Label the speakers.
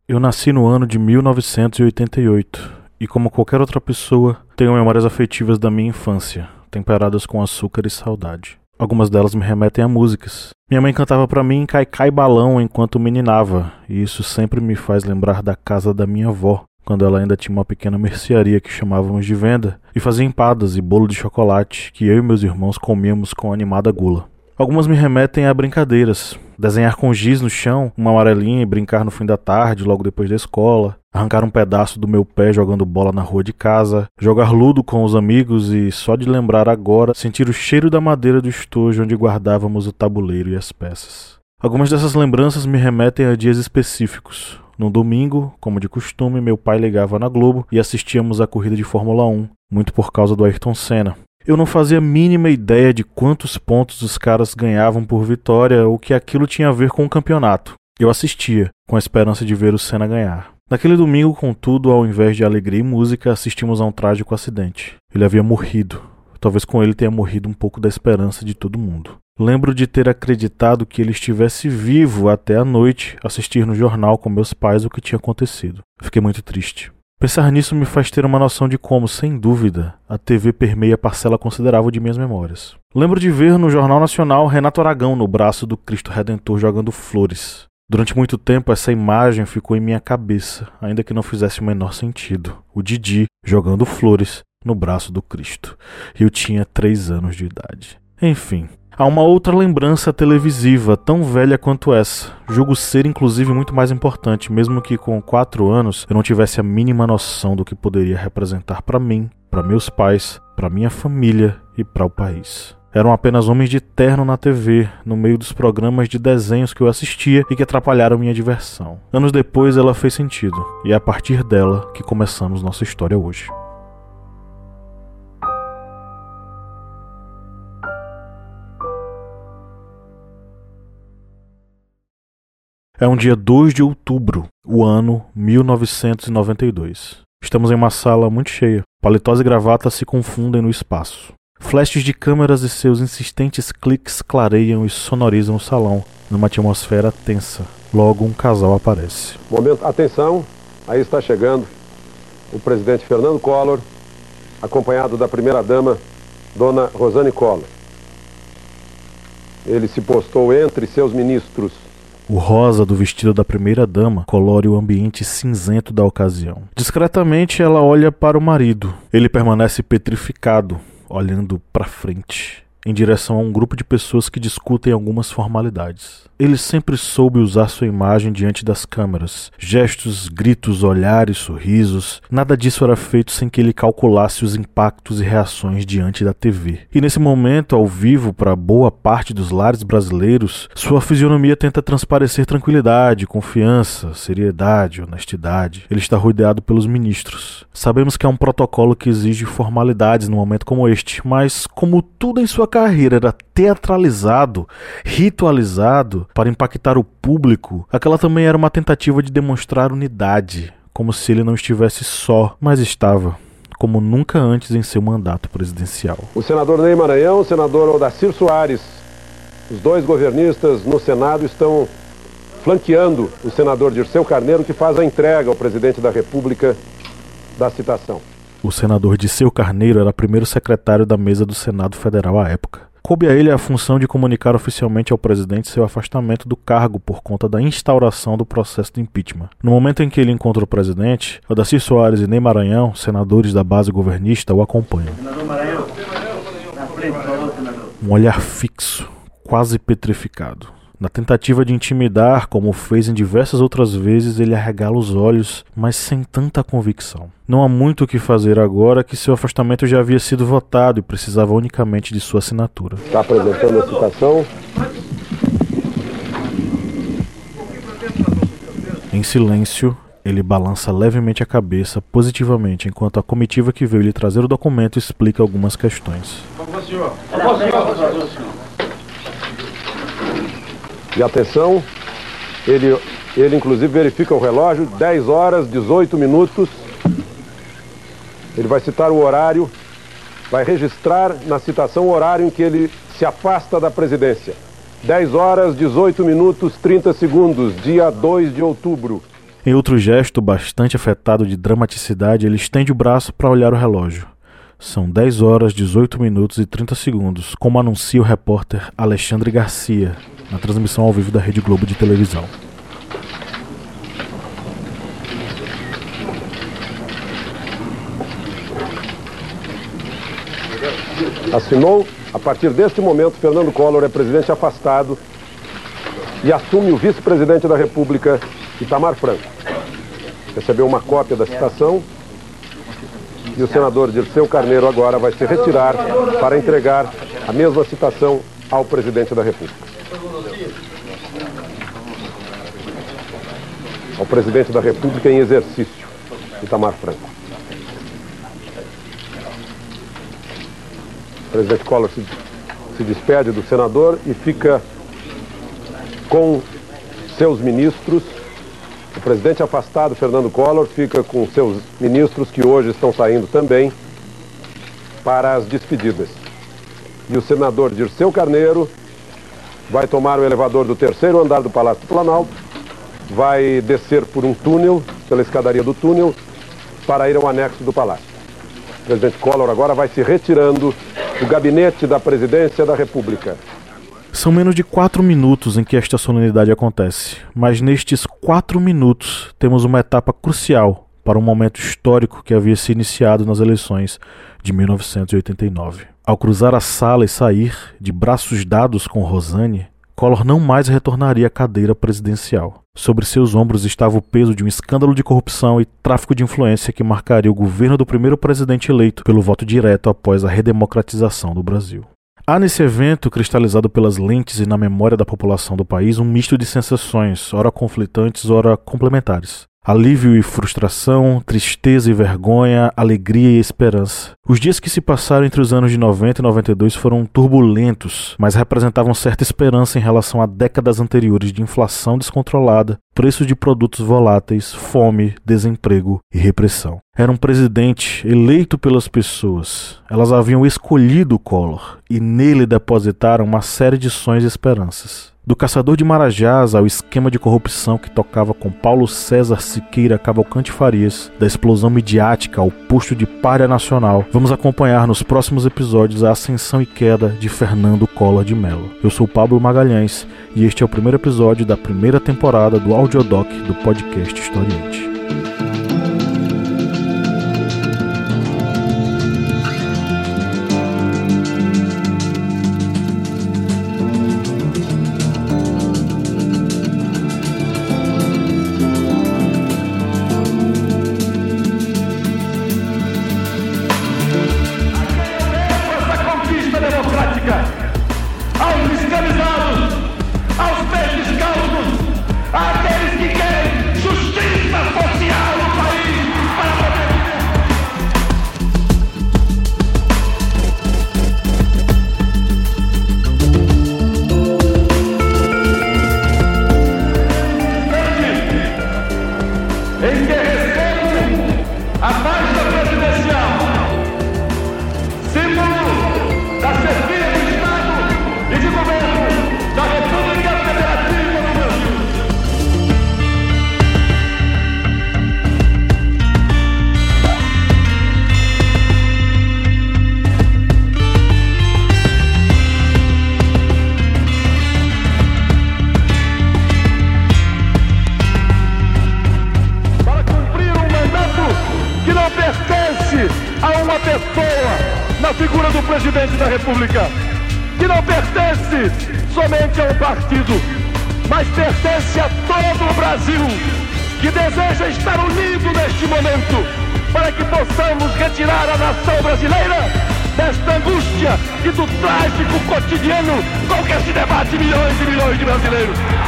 Speaker 1: Eu nasci no ano de 1988 e, como qualquer outra pessoa, tenho memórias afetivas da minha infância, temperadas com açúcar e saudade. Algumas delas me remetem a músicas. Minha mãe cantava pra mim Caicai Balão enquanto meninava, e isso sempre me faz lembrar da casa da minha avó, quando ela ainda tinha uma pequena mercearia que chamávamos de venda, e fazia empadas e bolo de chocolate que eu e meus irmãos comíamos com animada gula. Algumas me remetem a brincadeiras. Desenhar com giz no chão, uma amarelinha e brincar no fim da tarde, logo depois da escola. Arrancar um pedaço do meu pé jogando bola na rua de casa. Jogar ludo com os amigos e, só de lembrar agora, sentir o cheiro da madeira do estojo onde guardávamos o tabuleiro e as peças. Algumas dessas lembranças me remetem a dias específicos. No domingo, como de costume, meu pai ligava na Globo e assistíamos a corrida de Fórmula 1, muito por causa do Ayrton Senna. Eu não fazia a mínima ideia de quantos pontos os caras ganhavam por vitória ou que aquilo tinha a ver com o campeonato. Eu assistia, com a esperança de ver o Senna ganhar. Naquele domingo, contudo, ao invés de alegria e música, assistimos a um trágico acidente. Ele havia morrido. Talvez com ele tenha morrido um pouco da esperança de todo mundo. Lembro de ter acreditado que ele estivesse vivo até a noite, assistir no jornal com meus pais o que tinha acontecido. Fiquei muito triste. Pensar nisso me faz ter uma noção de como, sem dúvida, a TV permeia parcela considerável de minhas memórias. Lembro de ver no Jornal Nacional Renato Aragão no braço do Cristo Redentor jogando flores. Durante muito tempo essa imagem ficou em minha cabeça, ainda que não fizesse o menor sentido. O Didi jogando flores no braço do Cristo. E eu tinha 3 anos de idade. Enfim. Há uma outra lembrança televisiva, tão velha quanto essa. Julgo ser, inclusive, muito mais importante, mesmo que com 4 anos eu não tivesse a mínima noção do que poderia representar para mim, para meus pais, para minha família e para o país. Eram apenas homens de terno na TV, no meio dos programas de desenhos que eu assistia e que atrapalharam minha diversão. Anos depois ela fez sentido, e é a partir dela que começamos nossa história hoje. É um dia 2 de outubro, o ano 1992. Estamos em uma sala muito cheia. Paletós e gravatas se confundem no espaço. Flashes de câmeras e seus insistentes cliques clareiam e sonorizam o salão, numa atmosfera tensa. Logo, um casal aparece.
Speaker 2: Momento, atenção, aí está chegando o presidente Fernando Collor, acompanhado da primeira-dama, dona Rosane Collor. Ele se postou entre seus ministros.
Speaker 1: O rosa do vestido da primeira-dama colore o ambiente cinzento da ocasião. Discretamente, ela olha para o marido. Ele permanece petrificado, olhando para frente, em direção a um grupo de pessoas que discutem algumas formalidades. Ele sempre soube usar sua imagem diante das câmeras. Gestos, gritos, olhares, sorrisos, nada disso era feito sem que ele calculasse os impactos e reações diante da TV. E nesse momento, ao vivo, para boa parte dos lares brasileiros, sua fisionomia tenta transparecer tranquilidade, confiança, seriedade, honestidade. Ele está rodeado pelos ministros. Sabemos que há um protocolo que exige formalidades num momento como este, mas como tudo em sua carreira era teatralizado, ritualizado, para impactar o público, aquela também era uma tentativa de demonstrar unidade, como se ele não estivesse só, mas estava, como nunca antes em seu mandato presidencial.
Speaker 2: O senador Ney Maranhão, o senador Odacir Soares, os dois governistas no Senado estão flanqueando o senador Dirceu Carneiro, que faz a entrega ao presidente da República da citação.
Speaker 1: O senador Dirceu Carneiro era primeiro secretário da mesa do Senado Federal à época. Coube a ele a função de comunicar oficialmente ao presidente seu afastamento do cargo por conta da instauração do processo de impeachment. No momento em que ele encontra o presidente, Odacir Soares e Ney Maranhão, senadores da base governista, o acompanham.
Speaker 3: Senador Maranhão, na frente, por favor, senador.
Speaker 1: Um olhar fixo, quase petrificado. Na tentativa de intimidar, como fez em diversas outras vezes, ele arregala os olhos, mas sem tanta convicção. Não há muito o que fazer agora que seu afastamento já havia sido votado e precisava unicamente de sua assinatura.
Speaker 2: Está apresentando a citação.
Speaker 1: Em silêncio, ele balança levemente a cabeça positivamente, enquanto a comitiva que veio lhe trazer o documento explica algumas questões.
Speaker 3: Por favor, senhor. Por favor, senhor.
Speaker 2: E atenção, ele inclusive verifica o relógio, 10 horas, 18 minutos. Ele vai citar o horário, vai registrar na citação o horário em que ele se afasta da presidência. 10 horas, 18 minutos, 30 segundos, dia 2 de outubro.
Speaker 1: Em outro gesto bastante afetado de dramaticidade, ele estende o braço para olhar o relógio. São 10 horas, 18 minutos e 30 segundos, como anuncia o repórter Alexandre Garcia, na transmissão ao vivo da Rede Globo de televisão.
Speaker 2: Assinou, a partir deste momento, Fernando Collor é presidente afastado e assume o vice-presidente da República, Itamar Franco. Recebeu uma cópia da citação e o senador Dirceu Carneiro agora vai se retirar para entregar a mesma citação ao presidente da República. Ao presidente da República em exercício, Itamar Franco. O presidente Collor se despede do senador e fica com seus ministros. O presidente afastado, Fernando Collor, fica com seus ministros que hoje estão saindo também para as despedidas. E o senador Dirceu Carneiro vai tomar o elevador do 3º andar do Palácio do Planalto, vai descer por um túnel, pela escadaria do túnel, para ir ao anexo do Palácio. O presidente Collor agora vai se retirando do gabinete da presidência da República.
Speaker 1: São menos de 4 minutos em que esta solenidade acontece, mas nestes 4 minutos temos uma etapa crucial para um momento histórico que havia se iniciado nas eleições de 1989. Ao cruzar a sala e sair, de braços dados com Rosane, Collor não mais retornaria à cadeira presidencial. Sobre seus ombros estava o peso de um escândalo de corrupção e tráfico de influência que marcaria o governo do primeiro presidente eleito pelo voto direto após a redemocratização do Brasil. Há nesse evento, cristalizado pelas lentes e na memória da população do país, um misto de sensações, ora conflitantes, ora complementares. Alívio e frustração, tristeza e vergonha, alegria e esperança. Os dias que se passaram entre os anos de 90 e 92 foram turbulentos, mas representavam certa esperança em relação a décadas anteriores de inflação descontrolada, preços de produtos voláteis, fome, desemprego e repressão. Era um presidente eleito pelas pessoas. Elas haviam escolhido Collor e nele depositaram uma série de sonhos e esperanças. Do caçador de marajás ao esquema de corrupção que tocava com Paulo César Siqueira Cavalcante Farias, da explosão midiática ao posto de pária nacional, vamos acompanhar nos próximos episódios a ascensão e queda de Fernando Collor de Mello. Eu sou Pablo Magalhães e este é o primeiro episódio da primeira temporada do Audiodoc do podcast Historiante.
Speaker 3: Aos escravizados, aos pés descalços, àqueles que querem justiça social no país para em que recebo a faixa presidencial, símbolo da chefia do Estado e de governo da República Federativa do Brasil. Para cumprir um mandato que não pertence a uma pessoa na figura do presidente da República, que não pertence somente a um partido, mas pertence a todo o Brasil, que deseja estar unido neste momento, para que possamos retirar a nação brasileira desta angústia e do trágico cotidiano com que se debate milhões e milhões de brasileiros.